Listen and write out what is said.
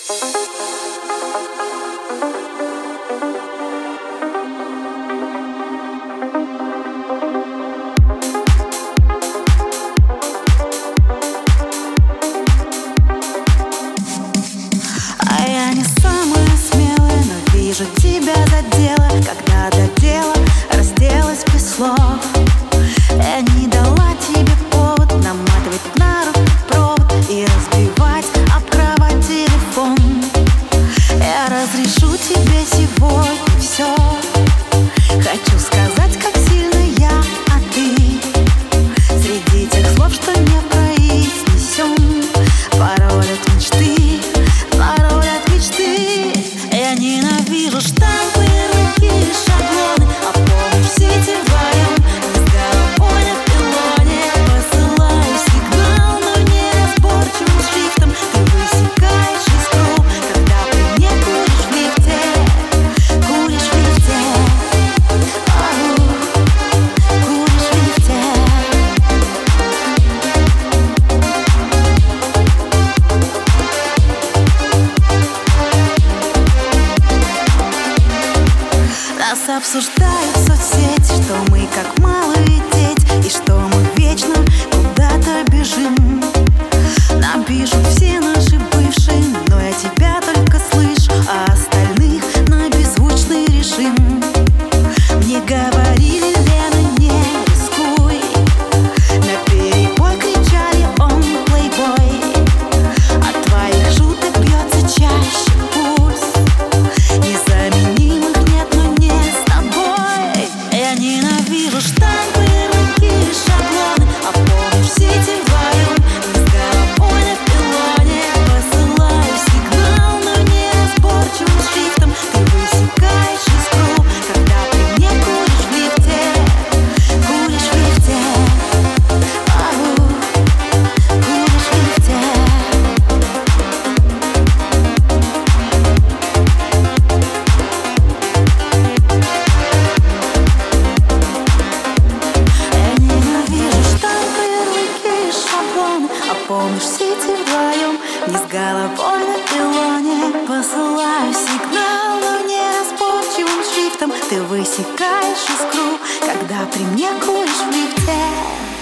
А я не самая смелая, но вижу тебя задела. Когда до дела разделась без слов, я не дала тебе повод наматывать на руку провод и разбивать об кровать телефон. Я разрешу тебе сегодня все. Хочу сказать, как сильно я, а ты. Среди тех слов, что не произнесем, пароль от мечты, пароль от мечты. Я ненавижу штампы, ярлыки и шаблоны. А помнишь, сети вдвоем с головой на пилоне. Посылаю сигнал, но неразборчивым шрифтом. Ты высекаешь искру, когда при мне куришь в лифте. Куришь в лифте. Ау, куришь в лифте. Нас обсуждают соцсети, что мы как малые дети, и что мы вечно куда-то бежим. Нам пишут все наши бывшие, но я тебя только слышу, а остальных на беззвучный режим. Мне говорили: Лена, не рискуй. Наперебой кричали: он плейбой. От твоих шуток бьется чаще пульс. Незаменимых нет, но не с тобой. Я ненавижу штампы, ярлыки и шаблоны. А помнишь, сети вдвоем с головой на пилоне. Посылаю сигнал, но неразборчивым шрифтом. Ты высекаешь искру, когда при мне куришь в лифте. Куришь в лифте. Ау, куришь в лифте. Я ненавижу штампы, ярлыки и шаблоны. А помнишь, сети вдвоем не с головой на пилоне. Посылаю сигнал, но неразборчивым шрифтом. Ты высекаешь искру, когда при мне куришь в лифте.